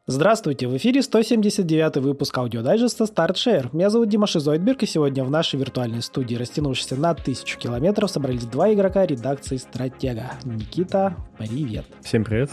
Здравствуйте, в эфире 179 выпуск аудиодайджеста StartShare. Меня зовут Дима Шизойдберг, и сегодня в нашей виртуальной студии, растянувшейся на 1000 километров, собрались два игрока редакции Стратега. Никита, привет. Всем привет.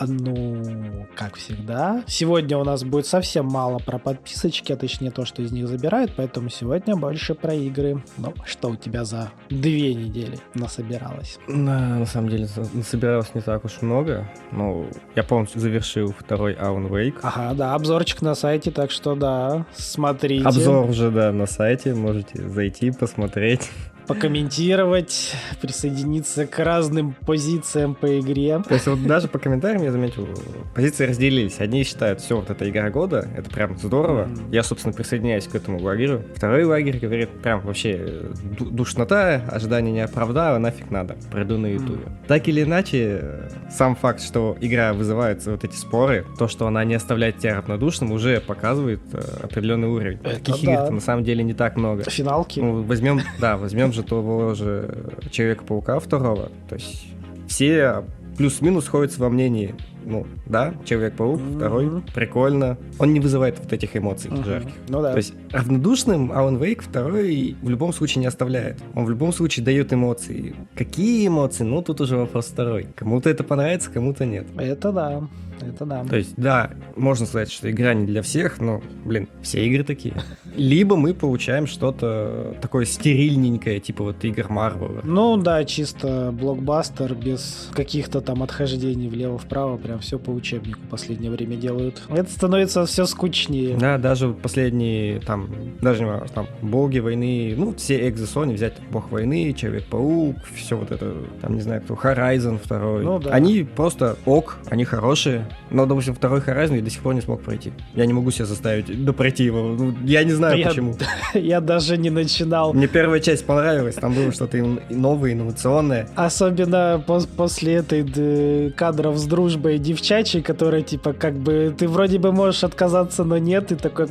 Ну, как всегда, сегодня у нас будет совсем мало про подписочки, а точнее то, что из них забирают, поэтому сегодня больше про игры. Ну, что у тебя за 2 недели насобиралось? На самом деле, насобиралось не так уж много, но я полностью завершил второй Alan Wake. Ага, да, обзорчик на сайте, так что да, смотрите. Обзор уже, да, на сайте, можете зайти, посмотреть. Покомментировать, присоединиться к разным позициям по игре. То есть вот даже по комментариям я заметил, позиции разделились. Одни считают, все, вот эта игра года, это прям здорово. Я, собственно, присоединяюсь к этому лагерю. Второй лагерь говорит, прям вообще душнота, ожидания не оправдала, нафиг надо, приду на ютубе. Так или иначе, сам факт, что игра вызывает вот эти споры, то, что она не оставляет тебя равнодушным, уже показывает определенный уровень. Таких игр на самом деле не так много. Финалки. Ну, возьмем же того же Человека-паука второго. То есть все плюс-минус сходятся во мнении. Ну, да, Человек-паук второй, прикольно. Он не вызывает вот этих эмоций жарких. Ну да. То есть равнодушным Alan Wake второй в любом случае не оставляет. Он в любом случае дает эмоции. Какие эмоции? Ну, тут уже вопрос второй. Кому-то это понравится, кому-то нет. Это да. Это да. То есть, да, можно сказать, что игра не для всех, но, блин, все игры такие. Либо мы получаем что-то такое стерильненькое, типа вот игр Марвела. Ну да, чисто блокбастер, без каких-то там отхождений влево-вправо, прям все по учебнику в последнее время делают. Это становится все скучнее. Да, даже последние, там, даже не важно, там, боги войны, ну, все экзо-сони, взять бог войны, Человек-паук, все вот это, там, не знаю, кто, Horizon 2. Ну, да. Они просто ок, они хорошие. Но, допустим, второй Horizon я до сих пор не смог пройти. Я не могу себя заставить пройти его. Ну, я не знаю, почему. Я даже не начинал. Мне первая часть понравилась, там было что-то новое, инновационное. Особенно после этой кадров с дружбой девчачьей, которая, типа, как бы, ты вроде бы можешь отказаться, но нет, и такой,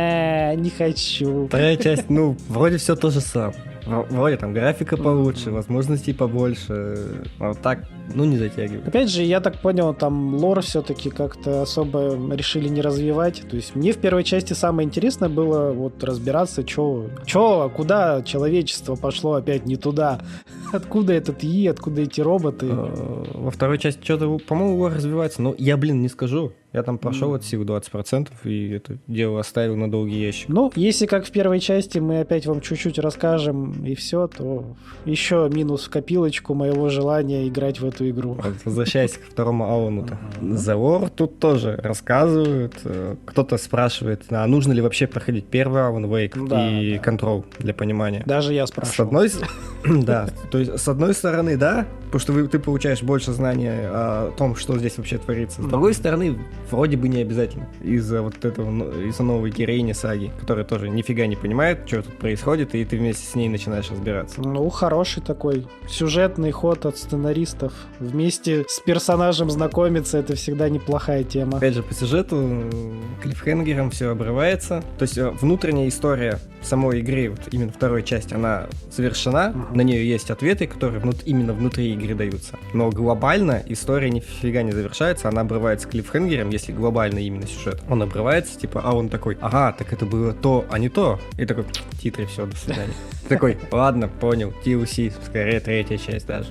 не хочу. Вторая часть, ну, вроде все то же самое. Вроде там графика получше, возможностей побольше. А вот так, ну, не затягивает. Опять же, я так понял, там лор все-таки как-то особо решили не развивать. То есть мне в первой части самое интересное было вот разбираться, куда человечество пошло опять не туда. Откуда этот ИИ, откуда эти роботы. Во второй части что-то, по-моему, лор развивается, но я, не скажу. Я там прошел от силы 20%, и это дело оставил на долгий ящик. Ну, если как в первой части мы опять вам чуть-чуть расскажем и все, то еще минус в копилочку моего желания играть в эту игру. Возвращаясь к второму Алану-то. За лор тут тоже рассказывают. Кто-то спрашивает, а нужно ли вообще проходить первый Alan Wake и Control для понимания. Даже я спрашиваю. Да, то есть с одной стороны, да, потому что ты получаешь больше знания о том, что здесь вообще творится. С другой стороны, вроде бы не обязательно. Из-за вот этого, из-за новой героини Саги, которая тоже нифига не понимает, что тут происходит, и ты вместе с ней начинаешь разбираться. Ну, хороший такой сюжетный ход от сценаристов. Вместе с персонажем знакомиться — это всегда неплохая тема. Опять же, по сюжету клиффхенгером все обрывается. То есть внутренняя история самой игры, вот именно второй части, она завершена. На нее есть ответы, которые именно внутри игры даются. Но глобально история нифига не завершается, она обрывается клиффхенгером, если глобально именно сюжет. Он обрывается, типа, а он такой, ага, так это было то, а не то. И такой, титры, все, до свидания. Такой, ладно, понял, TLC, скорее третья часть даже.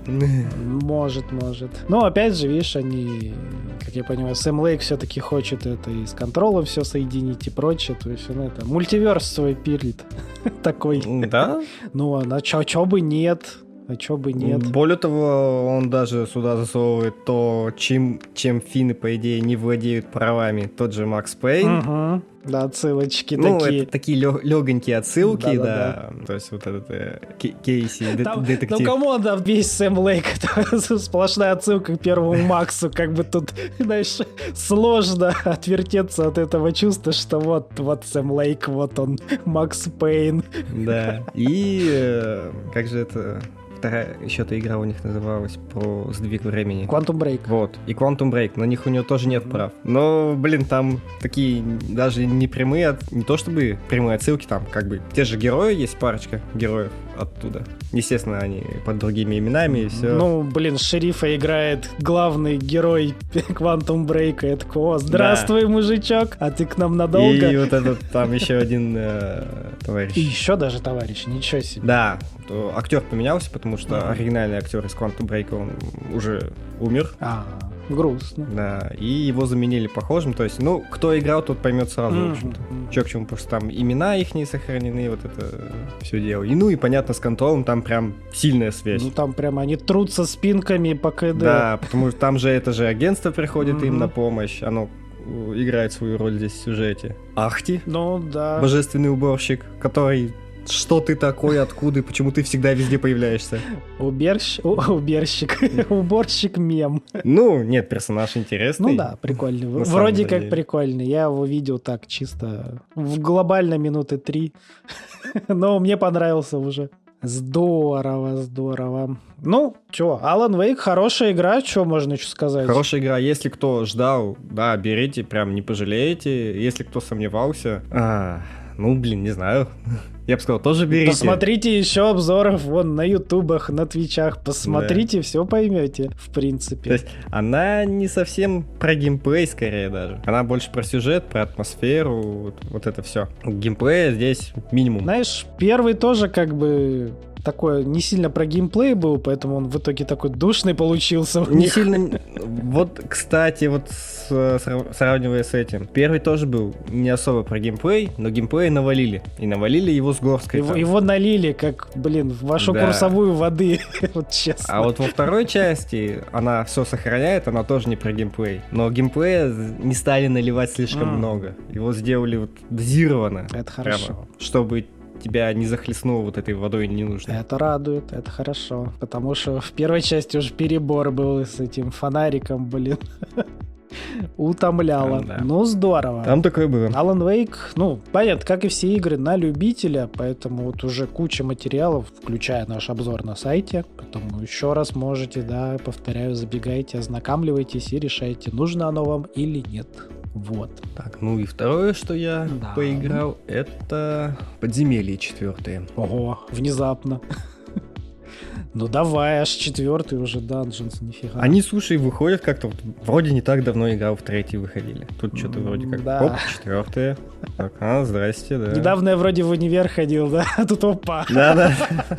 Может. Но опять же, видишь, они, как я понимаю, Сэм Лейк все-таки хочет это и с контролем все соединить и прочее. То есть он это мультиверс свой пилит. Такой. Да? Ну, а чё бы нет? А чё бы нет? Более того, он даже сюда засовывает то, чем финны, по идее, не владеют правами. Тот же Макс Пейн. Да, отсылочки такие. Ну, это такие легонькие отсылки, да. То есть вот этот Кейси, детектив. Ну, камон, да, весь Сэм Лейк, сплошная отсылка к первому Максу. Как бы тут, знаешь, сложно отвертеться от этого чувства, что вот Сэм Лейк, вот он, Макс Пейн. Да, и как же это... Вторая еще-то игра у них называлась про сдвиг времени. Quantum Break. Вот. И Quantum Break. На них у него тоже нет прав. Но, там такие даже не прямые, не то чтобы прямые отсылки, там как бы те же герои, есть парочка героев оттуда. Естественно, они под другими именами и все. Ну, блин, шерифа играет главный герой Quantum Break. Я такой: о, здравствуй, мужичок, а ты к нам надолго? И вот этот там еще один товарищ. И еще даже товарищ, ничего себе. Да, актер поменялся, потому что оригинальный актер из Quantum Break, он уже умер. Грустно. Да, и его заменили похожим, то есть, ну, кто играл, тот поймет сразу, в общем-то. Чё к чему, потому что там имена их не сохранены, вот это все дело. И, ну, и понятно, с Контролом там прям сильная связь. Ну, там прям они трутся спинками по КД. Да, потому что там же это же агентство приходит им на помощь, оно играет свою роль здесь в сюжете. Ахти, ну, да. Божественный уборщик, который... Что ты такой, откуда и почему ты всегда везде появляешься? Уборщик. Уборщик мем. Ну, нет, персонаж интересный. Ну да, прикольный. Вроде как прикольный. Я его видел так чисто в глобально минуты 3. Но мне понравился уже. Здорово, здорово. Ну, чё, Alan Wake хорошая игра, что можно еще сказать? Хорошая игра. Если кто ждал, да, берите, прям не пожалеете. Если кто сомневался, ну, блин, не знаю. Я бы сказал, тоже берите. Посмотрите еще обзоров вон на ютубах, на твичах. Посмотрите, все поймете, в принципе. То есть она не совсем про геймплей, скорее даже. Она больше про сюжет, про атмосферу, вот это все. Геймплея здесь минимум. Знаешь, первый тоже как бы... такой не сильно про геймплей был, поэтому он в итоге такой душный получился. Не сильно... Вот, кстати, вот сравнивая с этим. Первый тоже был не особо про геймплей, но геймплей навалили. И навалили его с горской. Его налили, как, блин, в вашу курсовую воды. Вот честно. А вот во второй части она все сохраняет, она тоже не про геймплей. Но геймплея не стали наливать слишком много. Его сделали вот дозированно. Это хорошо. Прямо, чтобы тебя не захлестнуло вот этой водой не нужно. Это радует, это хорошо. Потому что в первой части уже перебор был с этим фонариком, блин. Утомляло. Да. Ну, здорово. Там такое было. Alan Wake, ну, понятно, как и все игры, на любителя, поэтому вот уже куча материалов, включая наш обзор на сайте, поэтому еще раз можете, да, повторяю, забегайте, ознакомливайтесь и решайте, нужно оно вам или нет. Вот. Так, ну и второе, что я поиграл, это Подземелье 4. Ого, внезапно. Ну давай, аж 4 уже Dungeons, нифига. Они, слушай, выходят как-то, вот, вроде не так давно играл, в 3 выходили. Тут что-то вроде как, оп, 4. Так, здрасте, да. Недавно я вроде в универ ходил, да, а тут опа. Да-да.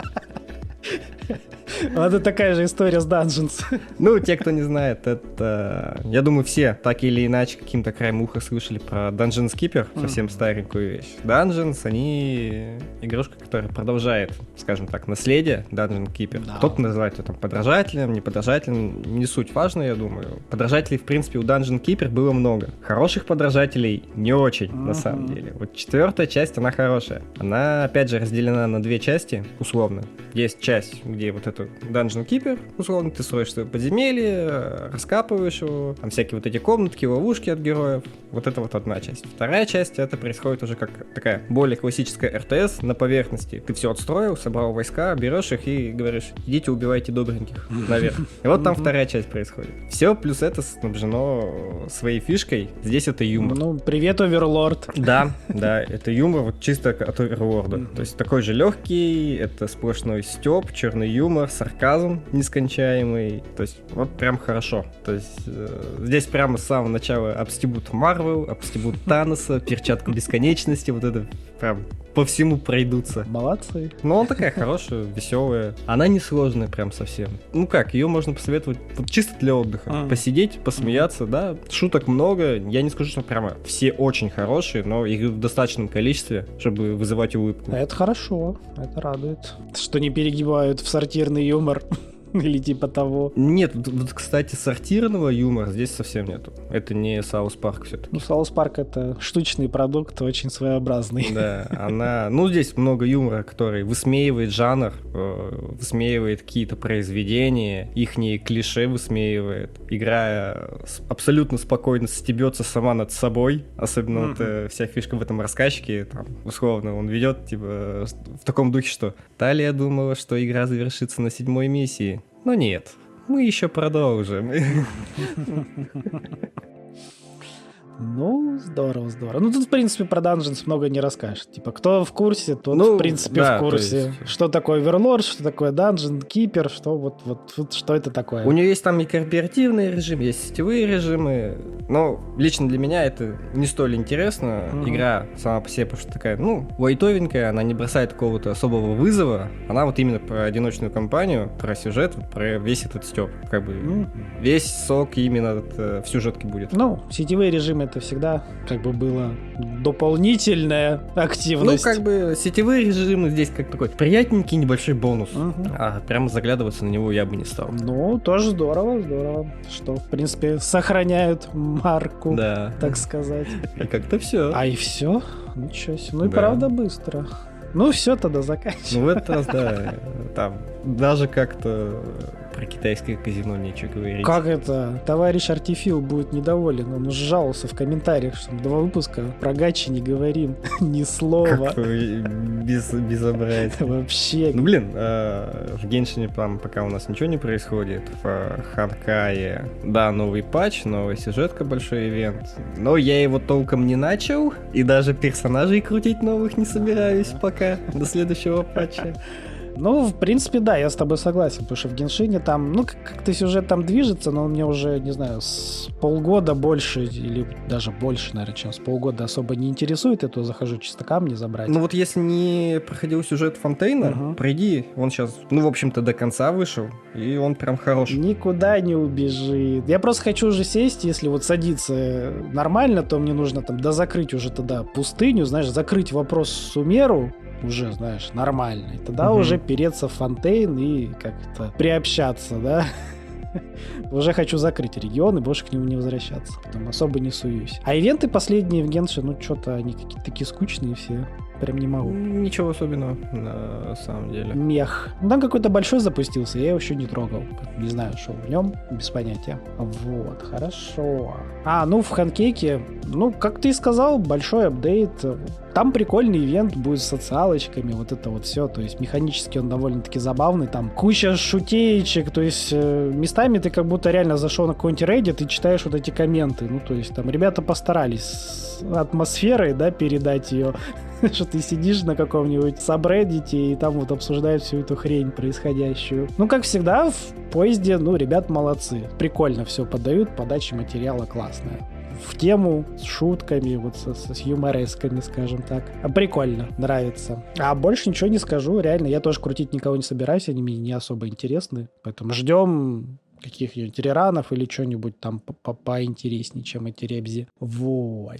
Это такая же история с Dungeons. Ну, те, кто не знает, это... Я думаю, все так или иначе каким-то краем уха слышали про Dungeon Keeper, совсем старенькую вещь. Dungeons, они игрушка, которая продолжает, скажем так, наследие Dungeon Keeper. Да. Кто-то называет ее там подражателем, не подражателем, не суть важно, я думаю. Подражателей, в принципе, у Dungeon Keeper было много. Хороших подражателей не очень, на самом деле. Вот 4 часть, она хорошая. Она, опять же, разделена на 2 части, условно. Есть часть, где вот это Dungeon Keeper, условно, ты строишь свое подземелье, раскапываешь его, там всякие вот эти комнатки, ловушки от героев. Вот это вот одна часть. Вторая часть, это происходит уже как такая более классическая РТС на поверхности. Ты все отстроил, собрал войска, берешь их и говоришь, идите убивайте добреньких наверх. И вот там вторая часть происходит. Все, плюс это снабжено своей фишкой. Здесь это юмор. Ну, привет, Оверлорд. Да, это юмор вот чисто от Оверлорда. То есть такой же легкий, это сплошной стёб, черный юмор, сарказм нескончаемый. То есть вот прям хорошо. То есть здесь прямо с самого начала обстебут Марвел, обстебут Таноса, перчатку бесконечности, вот это прям по всему пройдутся. Молодцы. Ну, она такая хорошая, веселая. Она не сложная прям совсем. Ну как, ее можно посоветовать вот чисто для отдыха. Посидеть, посмеяться, да. Шуток много. Я не скажу, что прямо все очень хорошие, но их в достаточном количестве, чтобы вызывать улыбку. Это хорошо, это радует. Что не перегибают в сортирный юмор. Или типа того. Нет, вот, кстати, сортирного юмора здесь совсем нету. Это не Саус Парк все-таки. Ну, Саус Парк — это штучный продукт, очень своеобразный. Да, она... Ну, здесь много юмора, который высмеивает жанр, высмеивает какие-то произведения, ихние клише высмеивает. Игра абсолютно спокойно стебется сама над собой. Особенно вот вся фишка в этом рассказчике. Там, условно, он ведет, типа, в таком духе, что Талия думала, что игра завершится на 7-й миссии. Но нет, мы еще продолжим. Ну, Здорово, здорово. Ну, тут, в принципе, про Dungeons много не расскажешь. Типа, кто в курсе, тот, Ну, в принципе, да, в курсе. то есть- Что такое Overlord, что такое Dungeon Keeper, что вот что это такое. У нее есть там и кооперативный режим, есть сетевые режимы. Но лично для меня это не столь интересно. Игра сама по себе, потому что такая, лайтовенькая, она не бросает какого-то особого вызова. Она вот именно про одиночную кампанию, про сюжет, про весь этот стёб. Как бы весь сок именно в сюжетке будет. Ну, сетевые режимы это всегда как бы было дополнительная активность. Ну, как бы сетевые режимы здесь как такой приятненький небольшой бонус. А прямо заглядываться на него я бы не стал. Ну, тоже здорово, что, в принципе, сохраняют марку, Да. так сказать. И как-то все. А и все? Ничего себе. Ну и Да. правда быстро. Ну все, тогда заканчиваем. Ну, в этот раз, да, там даже как-то про китайское казино нечего говорить. Как это? Товарищ Артифил будет недоволен. Он жаловался в комментариях, что 2 выпуска про гачи не говорим. Ни слова. Какое безобразие. Вообще. Ну, блин, в Геншине там пока у нас ничего не происходит. В Ханкае, да, новый патч, новая сюжетка, большой ивент. Но я его толком не начал, и даже персонажей крутить новых не собираюсь пока, до следующего патча. Ну, в принципе, да, я с тобой согласен, потому что в Геншине там, как-то сюжет там движется, но он мне уже, не знаю, с полгода больше, или даже больше, наверное, чем с полгода особо не интересует, я то захожу чисто камни забрать. Ну вот если не проходил сюжет Фонтейна, пройди, он сейчас, в общем-то, до конца вышел, и он прям хороший. Никуда не убежит. Я просто хочу уже сесть, если вот садиться нормально, то мне нужно там дозакрыть уже тогда пустыню, знаешь, закрыть вопрос Сумеру, уже, знаешь, нормально. И тогда уже переться в Фонтейн и как-то приобщаться, да? Уже хочу закрыть регион и больше к нему не возвращаться. Потом особо не суюсь. А ивенты последние в Генше, что-то они какие-то такие скучные все. Прям не могу. Ничего особенного, на самом деле. Мех. Там какой-то большой запустился, я его еще не трогал. Не знаю, что в нем, без понятия. Вот, хорошо. В Ханкейке, как ты и сказал, большой апдейт. Там прикольный ивент будет с социалочками, вот это вот все. То есть механически он довольно-таки забавный. Там куча шутеечек, то есть местами ты как будто реально зашел на какой-нибудь Reddit и читаешь вот эти комменты. То есть там ребята постарались с атмосферой, да, передать ее. Что ты сидишь на каком-нибудь сабреддите и там вот обсуждают всю эту хрень происходящую. Как всегда, в поезде, ребят молодцы. Прикольно все подают, подача материала классная. В тему, с шутками, вот с юморесками, скажем так. Прикольно, нравится. А больше ничего не скажу, реально. Я тоже крутить никого не собираюсь, они мне не особо интересны. Поэтому ждем каких-нибудь реранов или что-нибудь там поинтереснее, чем эти ребзи. Вот.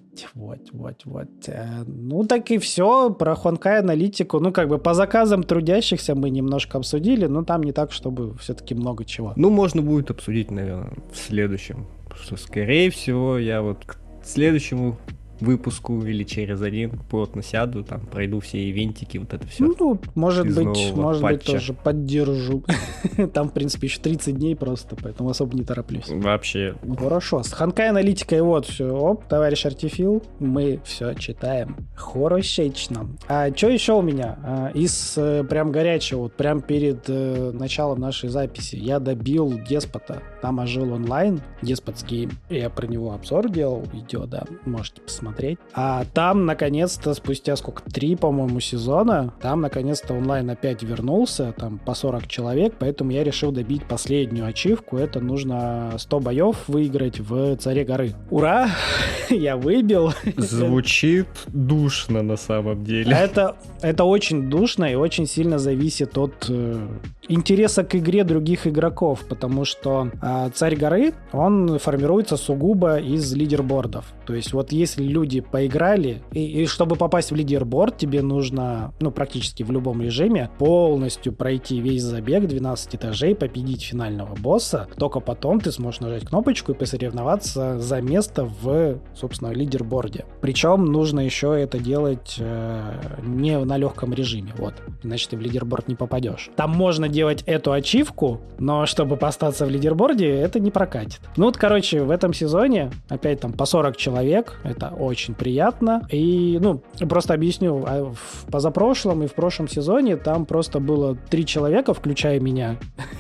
Так и все. Про Honkai аналитику. По заказам трудящихся мы немножко обсудили, но там не так, чтобы все-таки много чего. Можно будет обсудить, наверное, в следующем. Потому что, скорее всего, я вот к следующему выпуску или через один плотно сяду, там пройду все ивентики, вот это все. Может быть, тоже поддержу. Там, в принципе, еще 30 дней просто, поэтому особо не тороплюсь. Вообще. Хорошо. С Honkai аналитикой вот все. Оп, товарищ Артифил, мы все читаем. Хорошечно. А что еще у меня? Из прям горячего, вот прям перед началом нашей записи я добил Деспота. Там ожил онлайн, Деспотский. Я про него обзор делал, видео, да, можете посмотреть. А там, наконец-то, спустя 3, по-моему, сезона, там, наконец-то, онлайн опять вернулся, там, по 40 человек, поэтому я решил добить последнюю ачивку. Это нужно 100 боев выиграть в Царе горы. Ура! Я выбил. Звучит душно, на самом деле. Это очень душно и очень сильно зависит от интереса к игре других игроков, потому что Царь горы, он формируется сугубо из лидербордов. То есть вот если люди поиграли, и чтобы попасть в лидерборд, тебе нужно, практически в любом режиме, полностью пройти весь забег, 12 этажей, победить финального босса, только потом ты сможешь нажать кнопочку и посоревноваться за место в, собственно, лидерборде. Причем нужно еще это делать не на легком режиме, вот. Иначе ты в лидерборд не попадешь. Там можно делать эту ачивку, но чтобы остаться в лидерборде, это не прокатит. В этом сезоне опять там по 40 человек, это очень приятно. И, просто объясню, в позапрошлом и в прошлом сезоне там просто было 3 человека, включая меня.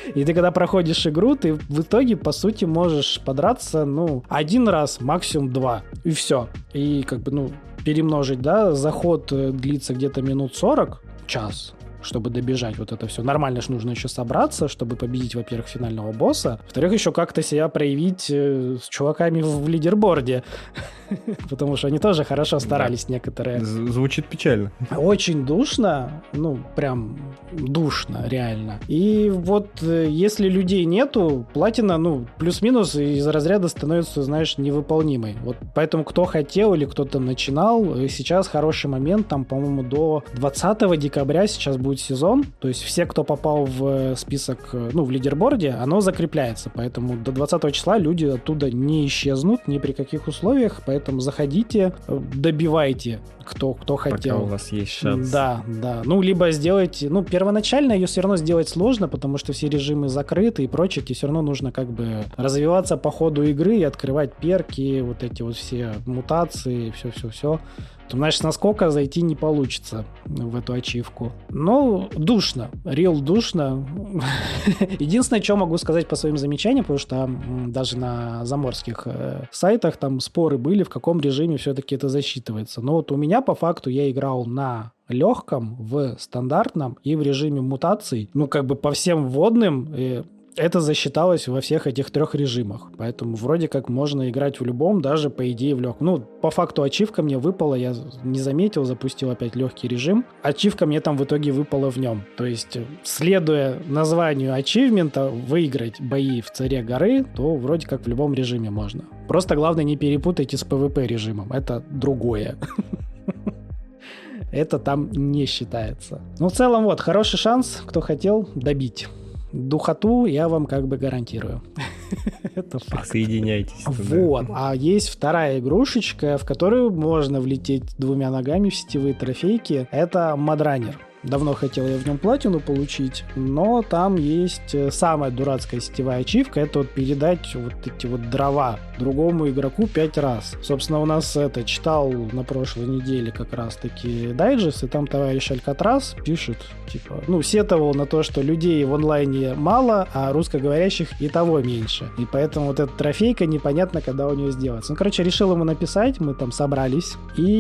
И ты, когда проходишь игру, ты в итоге, по сути, можешь подраться, один раз, максимум 2. И все. И перемножить, да, заход длится где-то минут 40, час, чтобы добежать вот это все. Нормально ж нужно еще собраться, чтобы победить, во-первых, финального босса. Во-вторых, еще как-то себя проявить с чуваками в лидерборде. Потому что они тоже хорошо старались некоторые. Звучит печально. Очень душно, прям душно, реально. И вот если людей нету, платина, плюс-минус из разряда становится, знаешь, невыполнимой. Вот поэтому кто хотел или кто-то начинал, сейчас хороший момент, там, по-моему, до 20 декабря сейчас будет сезон, то есть все, кто попал в список, в лидерборде, оно закрепляется, поэтому до 20 числа люди оттуда не исчезнут ни при каких условиях, поэтому заходите, добивайте, кто хотел. Пока у вас есть шанс. Да. Либо сделайте... первоначально ее все равно сделать сложно, потому что все режимы закрыты и прочее, тебе все равно нужно развиваться по ходу игры и открывать перки, вот эти вот все мутации, все-все-все. Ты знаешь, с наскока зайти не получится в эту ачивку. Душно. Real душно. Единственное, что могу сказать по своим замечаниям, потому что даже на заморских сайтах там споры были, в каком режиме все-таки это засчитывается. Но вот у меня по факту я играл на легком, в стандартном и в режиме мутаций. По всем вводным... Это засчиталось во всех этих 3 режимах. Поэтому вроде как можно играть в любом, даже по идее в легком. По факту ачивка мне выпала, я не заметил, запустил опять легкий режим. Ачивка мне там в итоге выпала в нем. То есть, следуя названию ачивмента, выиграть бои в Царе горы, то вроде как в любом режиме можно. Просто главное не перепутайте с PvP режимом. Это другое. Это там не считается. В целом, хороший шанс, кто хотел, добить. Духоту я вам гарантирую. Это факт. Соединяйтесь. Вот. А есть вторая игрушечка, в которую можно влететь 2 ногами в сетевые трофейки. Это Модранер. Давно хотел я в нем платину получить, но там есть самая дурацкая сетевая ачивка, это передать вот эти дрова другому игроку 5 раз. Собственно, у нас читал на прошлой неделе как раз-таки дайджест, и там товарищ Алькатрас пишет, сетовал на то, что людей в онлайне мало, а русскоговорящих и того меньше. И поэтому вот эта трофейка непонятно, когда у нее сделается. Решил ему написать, мы там собрались,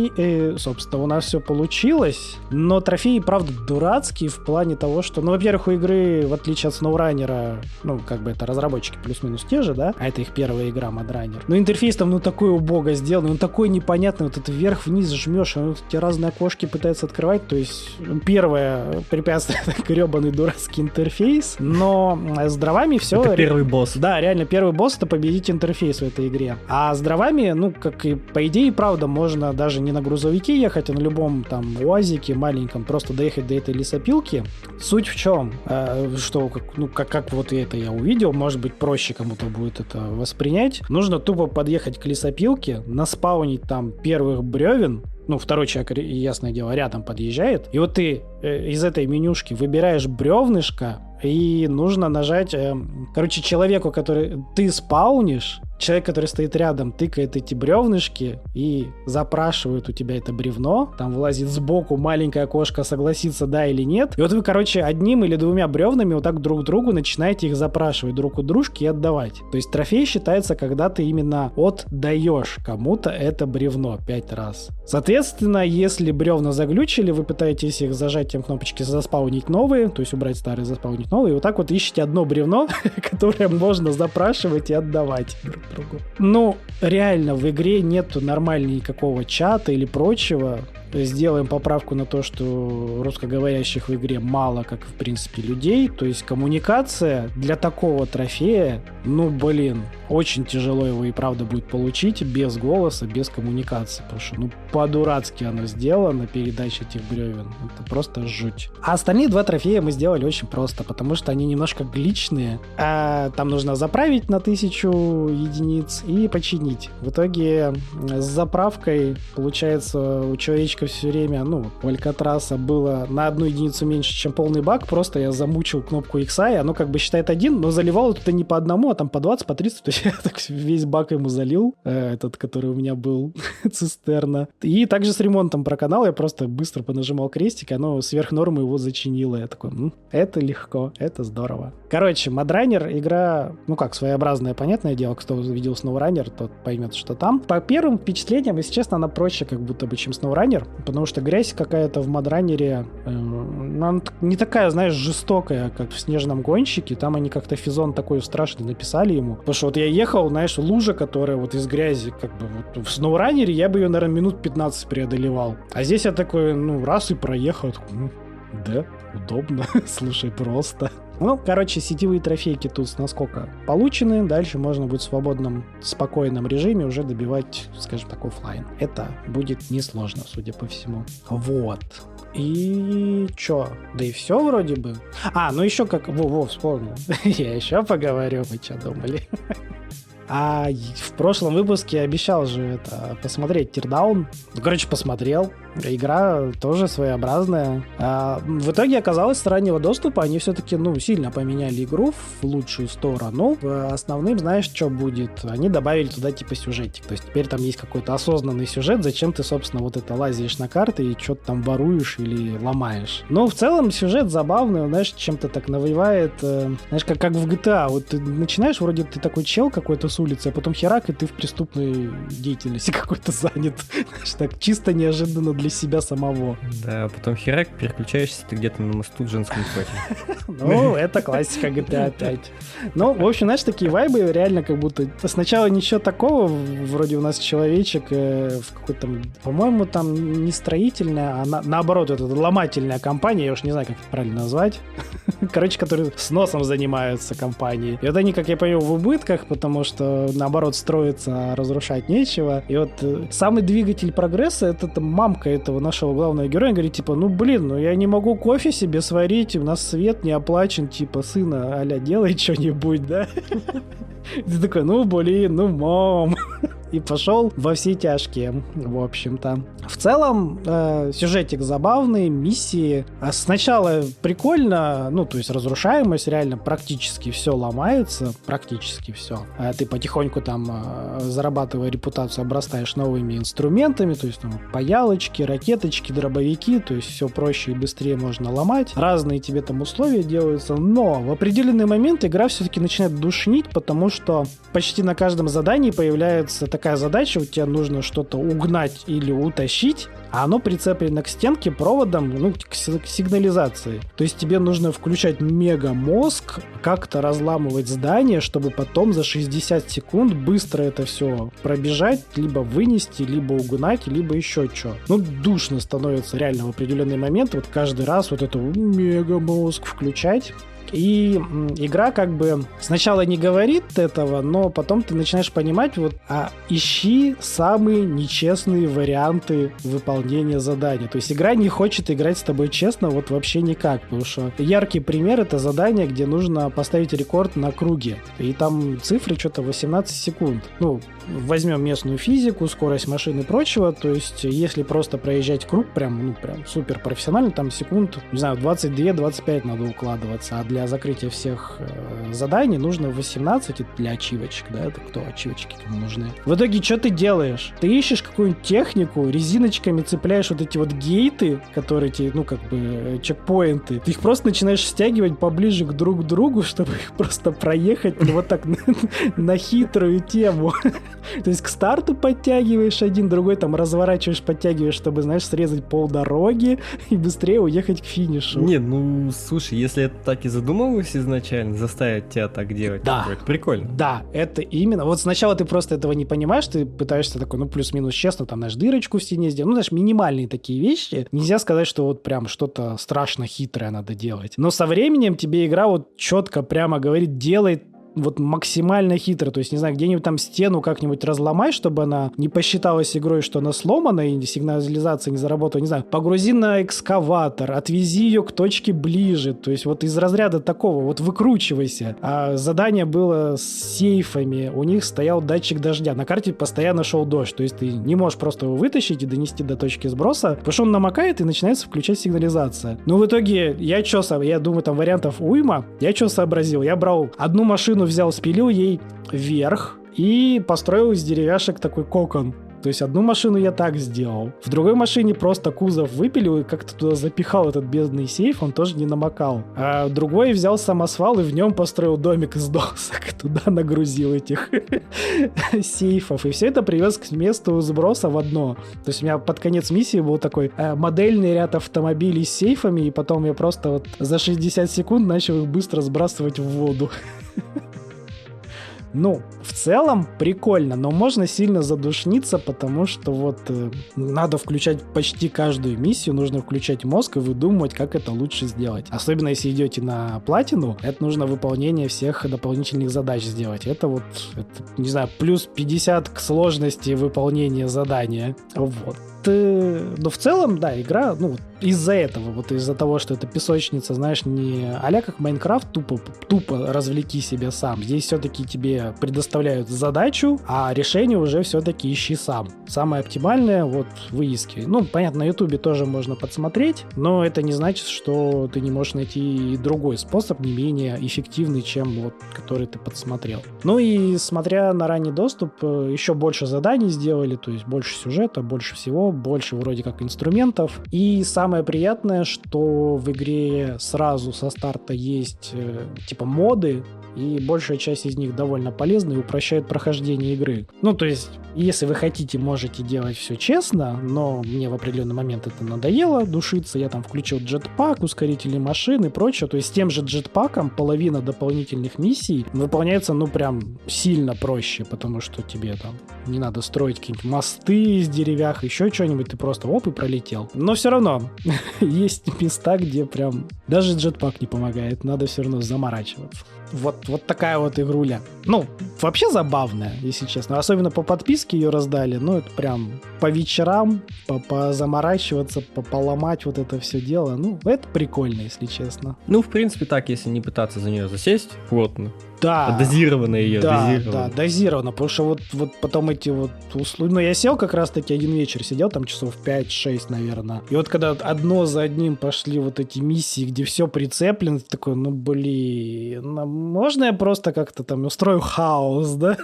и, собственно, у нас все получилось, но трофеи, правда, дурацкий в плане того, что, во-первых, у игры, в отличие от SnowRunner, это разработчики плюс-минус те же, да, а это их первая игра, Mudrunner. Интерфейс там, такой убого сделан, он такой непонятный, вот это вверх-вниз жмешь, он эти разные окошки пытается открывать, то есть первое препятствие — это гребаный дурацкий интерфейс, но с дровами все... Это первый босс. Да, реально, первый босс — это победить интерфейс в этой игре. А с дровами, как и по идее, правда, можно даже не на грузовике ехать, а на любом там УАЗике маленьком, просто доехать до этой лесопилки. Суть в чем? Что, как вот это я увидел, может быть, проще кому-то будет это воспринять. Нужно тупо подъехать к лесопилке, наспаунить там первых бревен, второй человек, ясное дело, рядом подъезжает, и вот ты из этой менюшки выбираешь бревнышко, и нужно нажать... человеку, который ты спаунишь, человек, который стоит рядом, тыкает эти бревнышки и запрашивает у тебя это бревно. Там вылазит сбоку маленькое окошко, согласиться, да или нет. И вот вы, одним или 2 бревнами вот так друг другу начинаете их запрашивать друг у дружки и отдавать. То есть трофей считается, когда ты именно отдаешь кому-то это бревно 5 раз. Соответственно, если бревна заглючили, вы пытаетесь их зажать тем кнопочки «Заспаунить новые», то есть убрать старые, заспаунить новые, и вот так вот ищете одно бревно, которое можно запрашивать и отдавать друг другу. Реально, в игре нету нормального никакого чата или прочего. Сделаем поправку на то, что русскоговорящих в игре мало, как в принципе людей. То есть коммуникация для такого трофея, очень тяжело его и правда будет получить без голоса, без коммуникации. Потому что, по-дурацки оно сделано, передача этих бревен. Это просто жуть. А остальные 2 трофея мы сделали очень просто, потому что они немножко гличные. Там нужно заправить на 1000 единиц и починить. В итоге с заправкой, получается, у человечка все время, у Алькатраса было на 1 единицу меньше, чем полный баг. Просто я замучил кнопку X, и оно считает 1, но заливало туда не по 1, а там по 20, по 30. То есть я так весь бак ему залил, этот, который у меня был, цистерна. И также с ремонтом проканал, я просто быстро понажимал крестик, оно сверх нормы его зачинило. Я такой, это легко, это здорово. Короче, MudRunner игра, своеобразная, понятное дело, кто видел SnowRunner, тот поймет, что там. По первым впечатлениям, если честно, она проще как будто бы, чем SnowRunner, потому что грязь какая-то в MudRunner, она не такая, знаешь, жестокая, как в Снежном гонщике. Там они как-то физон такой страшный написали ему. Потому что вот я ехал, знаешь, лужа, которая вот из грязи, как бы вот в SnowRunner я бы ее, наверное, минут 15 преодолевал. А здесь я такой, раз и проехал. Да, удобно. Слушай, просто. Сетевые трофейки тут насколько получены. Дальше можно будет в свободном, спокойном режиме уже добивать, скажем так, офлайн. Это будет несложно, судя по всему. Вот. И чё? Да и все вроде бы. Еще как... вспомнил. Я еще поговорю, вы что думали? А в прошлом выпуске обещал же посмотреть Teardown. Посмотрел. Игра тоже своеобразная. В итоге оказалось, с раннего доступа они все-таки, сильно поменяли игру в лучшую сторону. Основным, знаешь, что будет? Они добавили туда типа сюжетик. То есть теперь там есть какой-то осознанный сюжет, зачем ты, собственно, лазишь на карты и что-то там воруешь или ломаешь. Но в целом сюжет забавный, знаешь, чем-то так навевает, знаешь, как в GTA. Вот ты начинаешь, вроде ты такой чел какой-то с улицы, а потом херак, и ты в преступной деятельности какой-то занят. Знаешь, так чисто неожиданно для себя самого. Да, потом херак, переключаешься, ты где-то на мосту в женском платье. Это классика GTA 5. В общем, знаешь, такие вайбы реально как будто... Сначала ничего такого, вроде у нас человечек в какой-то, по-моему, там не строительная, а наоборот, это ломательная компания, я уж не знаю, как это правильно назвать. Которые сносом занимаются компании. И вот они, как я понял, в убытках, потому что, наоборот, строится, а разрушать нечего. И вот самый двигатель прогресса — это там мамка этого нашего главного героя. Говорит, я не могу кофе себе сварить, у нас свет не оплачен, сына, аля, делай что-нибудь, да? Ты такой, мам... И пошел во все тяжкие, в общем-то. В целом, сюжетик забавный, миссии. Сначала прикольно, то есть разрушаемость, реально практически все ломается, практически все. Ты потихоньку там, зарабатывая репутацию, обрастаешь новыми инструментами, то есть там паялочки, ракеточки, дробовики, то есть все проще и быстрее можно ломать. Разные тебе там условия делаются, но в определенный момент игра все-таки начинает душнить, потому что почти на каждом задании появляется такая задача, у тебя нужно что-то угнать или утащить, а оно прицеплено к стенке проводом, к сигнализации. То есть тебе нужно включать мега-мозг, как-то разламывать здание, чтобы потом за 60 секунд быстро это все пробежать, либо вынести, либо угнать, либо еще что. Душно становится реально в определенный момент, каждый раз это мега-мозг включать. И игра как бы сначала не говорит этого, но потом ты начинаешь понимать, ищи самые нечестные варианты выполнения задания. То есть игра не хочет играть с тобой честно вообще никак, потому что яркий пример — это задание, где нужно поставить рекорд на круге. И там цифры что-то 18 секунд. Возьмем местную физику, скорость машин и прочего, то есть если просто проезжать круг прям супер профессионально, там секунд, 22-25 надо укладываться, а для закрытия всех заданий нужно 18 для ачивочек, да, это кто ачивочки нужны. В итоге что ты делаешь? Ты ищешь какую-нибудь технику, резиночками цепляешь эти гейты, которые тебе, чекпоинты, ты их просто начинаешь стягивать поближе друг к другу, чтобы их просто проехать так на хитрую тему. То есть к старту подтягиваешь один, другой там разворачиваешь, подтягиваешь, чтобы, срезать полдороги и быстрее уехать к финишу. Нет, слушай, если это так и задумывалось изначально, заставить тебя так делать, да, это прикольно. Да, это именно. Сначала ты просто этого не понимаешь, ты пытаешься такой, плюс-минус честно, там, дырочку в стене сделать, минимальные такие вещи. Нельзя сказать, что прям что-то страшно хитрое надо делать. Но со временем тебе игра четко прямо говорит, делай максимально хитро, то есть, не знаю, где-нибудь там стену как-нибудь разломай, чтобы она не посчиталась игрой, что она сломана, и сигнализация не заработала, не знаю, погрузи на экскаватор, отвези ее к точке ближе, то есть из разряда такого, выкручивайся. А задание было с сейфами, у них стоял датчик дождя, на карте постоянно шел дождь, то есть ты не можешь просто его вытащить и донести до точки сброса, потому что он намокает и начинается включать сигнализация. В итоге я думаю, там вариантов уйма, я что сообразил? Я брал одну машину машину взял, спилил ей верх и построил из деревяшек такой кокон. То есть одну машину я так сделал. В другой машине просто кузов выпилил и как-то туда запихал этот бедный сейф, он тоже не намокал. А другой взял самосвал и в нем построил домик из досок. Туда нагрузил этих сейфов. И все это привез к месту сброса в одно. То есть у меня под конец миссии был такой модельный ряд автомобилей с сейфами, и потом я просто вот за 60 секунд начал их быстро сбрасывать в воду. Ну, в целом прикольно, но можно сильно задушниться, потому что вот надо включать почти каждую миссию, нужно включать мозг и выдумывать, как это лучше сделать. Особенно если идете на платину, это нужно выполнение всех дополнительных задач сделать. Это вот, не знаю, плюс 50 к сложности выполнения задания. Вот. Но в целом, да, игра, ну, из-за этого, вот из-за того, что это песочница, знаешь, не а-ля как Майнкрафт, тупо развлеки себя сам. Здесь все-таки тебе предоставляют задачу, а решение уже все-таки ищи сам. Самое оптимальное, вот, выискивай. Ну, понятно, на Ютубе тоже можно подсмотреть, но это не значит, что ты не можешь найти другой способ, не менее эффективный, чем вот, который ты подсмотрел. Ну и смотря на ранний доступ, еще больше заданий сделали, то есть больше сюжета, больше всего, больше вроде как инструментов. И самое приятное, что в игре сразу со старта есть типа моды, и большая часть из них довольно полезна и упрощает прохождение игры. Ну, то есть, если вы хотите, можете делать все честно, но мне в определенный момент это надоело душиться, я там включил джетпак, ускорители машин и прочее, то есть с тем же джетпаком половина дополнительных миссий выполняется, ну, прям сильно проще, потому что тебе там не надо строить какие-нибудь мосты из деревьях, еще что-нибудь, ты просто оп и пролетел. Но все равно есть места, где прям даже джетпак не помогает, надо все равно заморачиваться. Вот такая вот игруля. Ну, вообще забавная, если честно. Особенно по подписке ее раздали. Ну, это прям по вечерам, позаморачиваться, поломать вот это все дело. Ну, это прикольно, если честно. Ну, в принципе, так, если не пытаться за нее засесть плотно. Да. Дозированно ее, да, дозированно, потому что вот потом эти вот услуги... Ну, я сел как раз-таки один вечер, сидел там часов 5-6, наверное. И вот когда одно за одним пошли вот эти миссии, где все прицеплено, ты такой, ну, блин, можно я просто как-то там устрою хаос, да?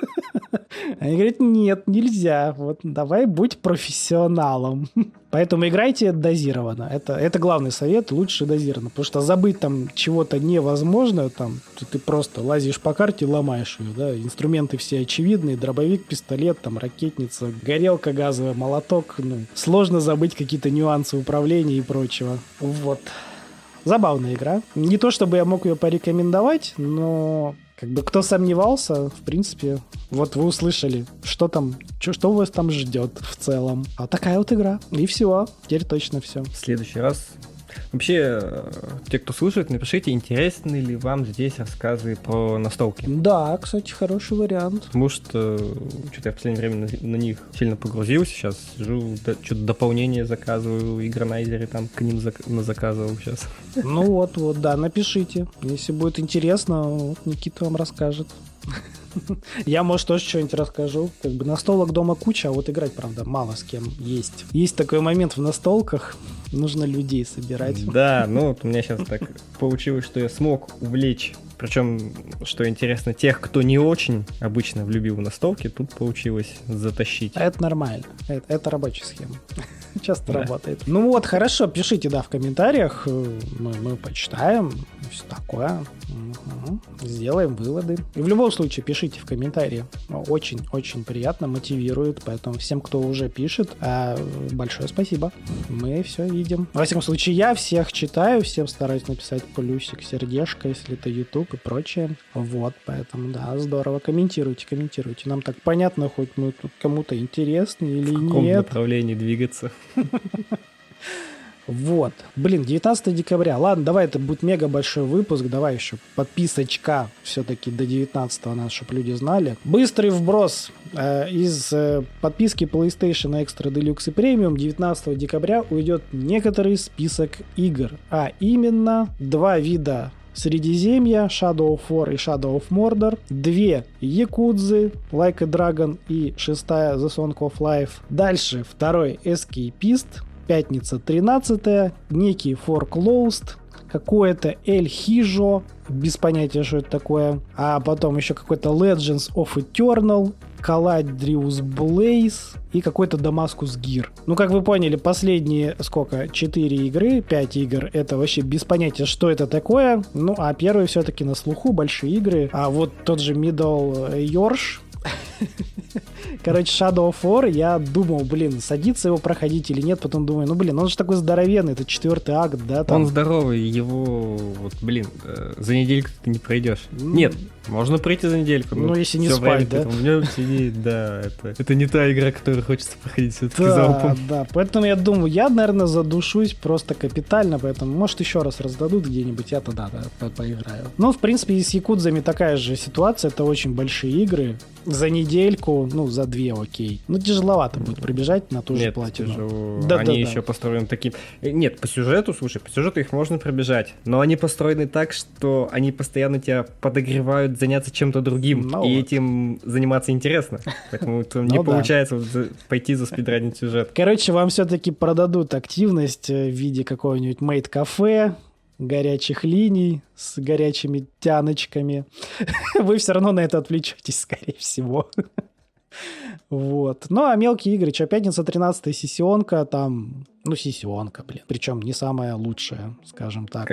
Они говорят, нет, нельзя, вот давай будь профессионалом. Поэтому играйте дозированно. Это главный совет, лучше дозированно. Потому что забыть там чего-то невозможно, там, ты просто лазишь по карте, ломаешь ее, да, инструменты все очевидные, дробовик, пистолет, там, ракетница, горелка газовая, молоток, ну, сложно забыть какие-то нюансы управления и прочего. Вот. Забавная игра. Не то, чтобы я мог ее порекомендовать, но... Как бы кто сомневался, в принципе, вот вы услышали, что там, что вас там ждет в целом. А такая вот игра. И все. Теперь точно все. В следующий раз. Вообще, те, кто слушает, напишите, интересны ли вам здесь рассказы про настолки. Да, кстати, хороший вариант. Потому что что-то я в последнее время на них сильно погрузился. Сейчас сижу, что-то дополнение заказываю, игронайзеры там к ним заказывал сейчас. Ну вот, да, напишите. Если будет интересно, вот Никита вам расскажет. Я, может, тоже что-нибудь расскажу. Как бы настолок дома куча, а вот играть, правда, мало с кем есть. Есть такой момент в настолках, нужно людей собирать. Да, ну вот у меня сейчас так получилось, что я смог увлечь. Причем, что интересно, тех, кто не очень обычно влюбил в настолки, тут получилось затащить. Это нормально. Это рабочая схема. Часто работает. Ну вот, хорошо, пишите, да, в комментариях. Мы почитаем. Все такое. Сделаем выводы. И в любом случае, пишите в комментарии. Очень-очень приятно, мотивирует. Поэтому всем, кто уже пишет, большое спасибо. Мы все видим. Во всяком случае, я всех читаю, всем стараюсь написать плюсик, сердечко, если это YouTube и прочее. Вот, поэтому, да, здорово. Комментируйте. Нам так понятно, хоть мы тут кому-то интересны или нет. В каком направлении двигаться. Вот. Блин, 19 декабря. Ладно, давай, это будет мега большой выпуск. Давай еще подписочка все-таки до 19-го нас, чтобы люди знали. Быстрый вброс из подписки PlayStation Extra Deluxe и Premium. 19 декабря уйдет некоторый список игр. А именно 2 вида Средиземья, Shadow of War и Shadow of Mordor, 2 Якудзы, Like a Dragon и 6-я The Song of Life. Дальше 2-й Escapist, пятница 13-я, некий Foreclosed, какое-то El Hijo, без понятия, что это такое, а потом еще какой-то Legends of Eternal, Caladrius Blaze и какой-то Damascus Gear. Ну, как вы поняли, последние, 4 игры, 5 игр, это вообще без понятия, что это такое. Ну, а первые все-таки на слуху, большие игры. А вот тот же Middle Earth, короче, Shadow of War, я думал, садиться его проходить или нет, потом думаю, он же такой здоровенный, это 4-й акт, да? Там. Он здоровый, его, за недельку ты не пройдешь. Нет, можно пройти за недельку. Если не спать, да? Сидеть, да, это не та игра, которую хочется проходить все-таки залпом. Да, поэтому я думаю, я, наверное, задушусь просто капитально, поэтому, может, еще раз раздадут где-нибудь, я тогда поиграю. Ну, в принципе, и с Якудзами такая же ситуация, это очень большие игры. За недельку, за 2, окей. Тяжеловато будет пробежать на ту же платину. Они еще построены таким... Нет, по сюжету их можно пробежать, но они построены так, что они постоянно тебя подогревают заняться чем-то другим, и этим заниматься интересно. Поэтому не получается пойти за спидранить сюжет. Короче, вам все-таки продадут активность в виде какого-нибудь мейд-кафе, горячих линий с горячими тяночками. Вы все равно на это отвлечетесь, скорее всего. Вот. Ну, а мелкие игры, пятница, 13-я сессионка, там, сессионка, причем не самая лучшая, скажем так.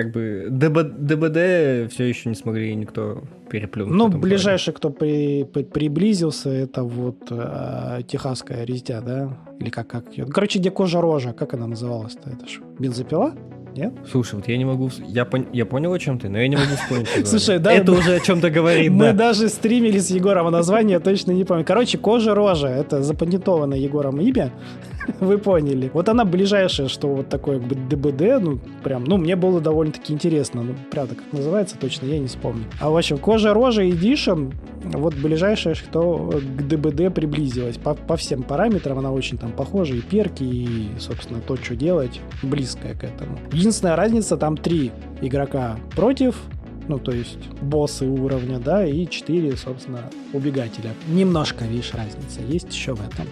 ДБД все еще не смогли никто переплюнуть. Ближайший, кто приблизился, это техасская резня, да? Или как ее? Короче, где кожа-рожа, как она называлась-то? Это ж бензопила? Нет? Слушай, я не могу... Я понял, о чем ты, но я не могу вспомнить. Слушай, да, это уже о чем-то говорит. Мы даже стримили с Егором, а название я точно не помню. Короче, кожа-рожа, это запатентованное Егором имя. Вы поняли. Вот она ближайшая, что такое ДБД, мне было довольно-таки интересно. Правда, как называется точно, я не вспомню. А в общем, кожа-рожа Edition, ближайшее, что к ДБД приблизилась. По всем параметрам она очень там похожа, и перки, и, собственно, то, что делать, близкое к этому. Единственная разница, там 3 игрока против, то есть боссы уровня, да, и 4, собственно, убегателя. Немножко, видишь, разница есть еще в этом.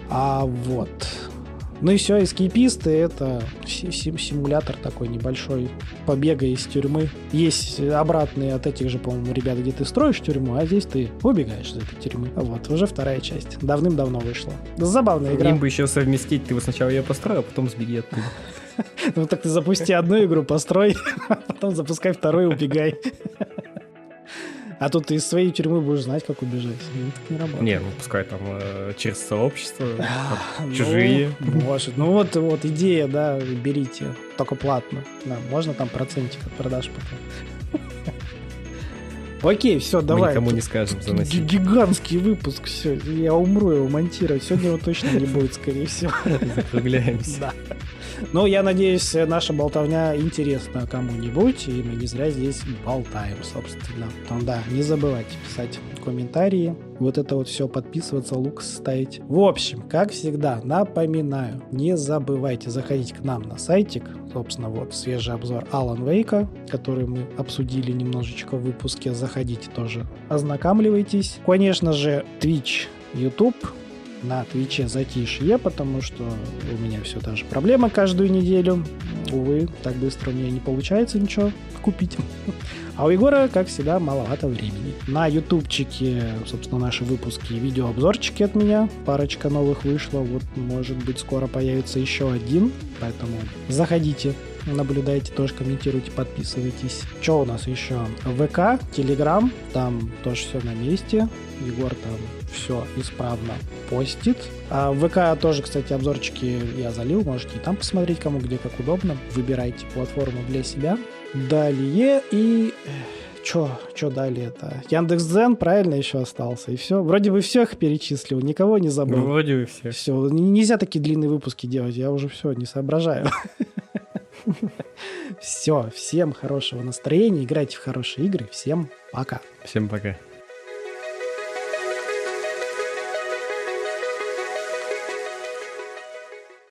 И все, эскейписты — это симулятор такой небольшой побега из тюрьмы. Есть обратные от этих же, по-моему, ребят, где ты строишь тюрьму, а здесь ты убегаешь из этой тюрьмы. Уже 2-я часть. Давным-давно вышла. Забавная игра. Им бы еще совместить, ты сначала ее построил, а потом сбеги оттуда. Так ты запусти одну игру, построй, а потом запускай 2-ю, убегай. А тут ты из своей тюрьмы будешь знать, как убежать. Так не работает. Пускай там через сообщество, чужие. Может. Идея, да, берите, только платно. Да, можно там процентик от продаж потом. Окей, все, давай. Мы никому не скажем заносить. Гигантский выпуск, все. Я умру его монтировать. Сегодня его точно не будет, скорее всего. Закругляемся. Да. Я надеюсь, наша болтовня интересна кому-нибудь, и мы не зря здесь болтаем, собственно. Не забывайте писать комментарии, это все, подписываться, лук ставить. В общем, как всегда, напоминаю, не забывайте заходить к нам на сайтик. Собственно, свежий обзор Alan Wake, который мы обсудили немножечко в выпуске. Заходите тоже, ознакомливайтесь. Конечно же, Twitch, YouTube. На Твиче затишье, потому что у меня все та же проблема каждую неделю. Увы, так быстро у меня не получается ничего купить. А у Егора, как всегда, маловато времени. На ютубчике, собственно, наши выпуски и видеообзорчики от меня. Парочка новых вышла. Может быть, скоро появится еще один. Поэтому заходите, наблюдайте, тоже комментируйте, подписывайтесь. Что у нас еще? ВК, Телеграм, там тоже все на месте. Егор там все исправно постит. А в ВК тоже, кстати, обзорчики я залил. Можете и там посмотреть, кому где как удобно. Выбирайте платформу для себя. Далее и... Что далее-то? Яндекс.Дзен, правильно, еще остался. И все. Вроде бы всех перечислил, никого не забыл. Вроде бы всех. Все. Нельзя такие длинные выпуски делать. Я уже все, не соображаю. Все. Всем хорошего настроения. Играйте в хорошие игры. Всем пока. Всем пока.